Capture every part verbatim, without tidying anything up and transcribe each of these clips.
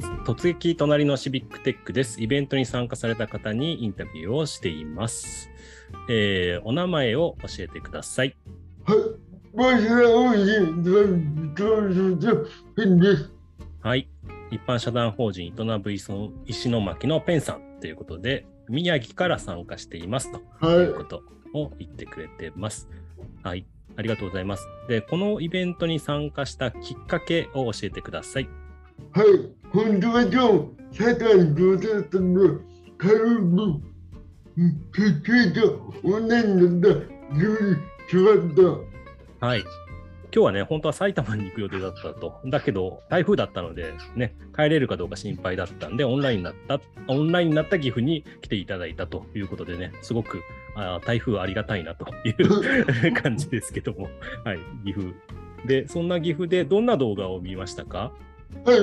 突撃隣のシビックテックです。イベントに参加された方にインタビューをしています。えー、お名前を教えてください。はい。一般社団法人営む石巻のペンさんということで、宮城から参加していますということを言ってくれてます。はい。ありがとうございます。で、このイベントに参加したきっかけを教えてください。 はい。本当は今日、社会同性さんの会議決定と同じなんだ。 はい。今日はね、本当は埼玉に行く予定だったと。だけど、台風だったので、ね、帰れるかどうか心配だったんで、オンラインになった、オンラインになった岐阜に来ていただいたということでね、すごくあ台風ありがたいなという感じですけども、はい、岐阜。で、そんな岐阜でどんな動画を見ましたか？ はい、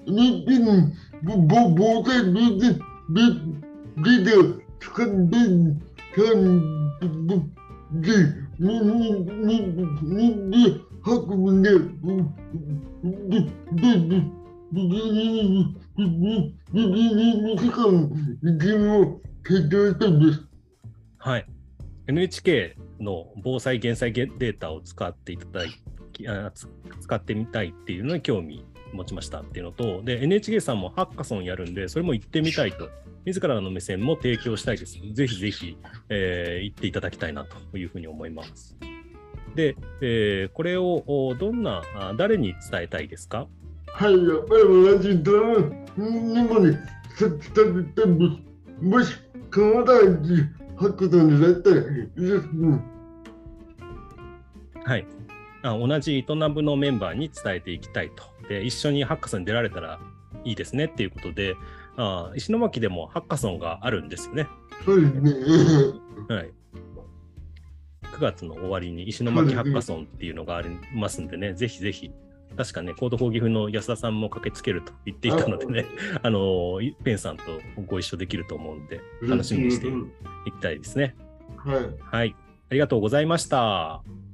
にじゅう、ぼ、ぼ、ぼ、ビデオ、ビデオ、使って、かん、で、に、に、に、に、に、運ぶね、で、で、で、 はい。エヌエイチケー の防災減災データを使っていただいあ使ってみたいっていうのに興味持ちましたっていうのと、で エヌエイチケー さんもハッカソンやるんで、それも行ってみたいと、自らの目線も提供したいです。ぜひぜひ、えー、行っていただきたいなというふうに思います。で、えー、これをどんな誰に伝えたいですか？ はい、やっぱり同じドラムにもね、伝えたんです。もし、鎌田ハッカソンでだったらいいですね。 はい。あ、同じ営むのメンバーに伝えていきたいと。で、一緒にハッカソンに出られたらいいですねっていうことで、あ、石巻でもハッカソンがあるんですよね。 そうですね。 はい。くがつの終わりに石巻ハッカソンっていうのがありますんでね、ぜひぜひ、確かね、コードフォー岐阜の安田さんも駆けつけると言っていたのでね、あの、ペンさんとご一緒できると思うんで、楽しみにしていきたいですね。 はい。 はい。ありがとうございました。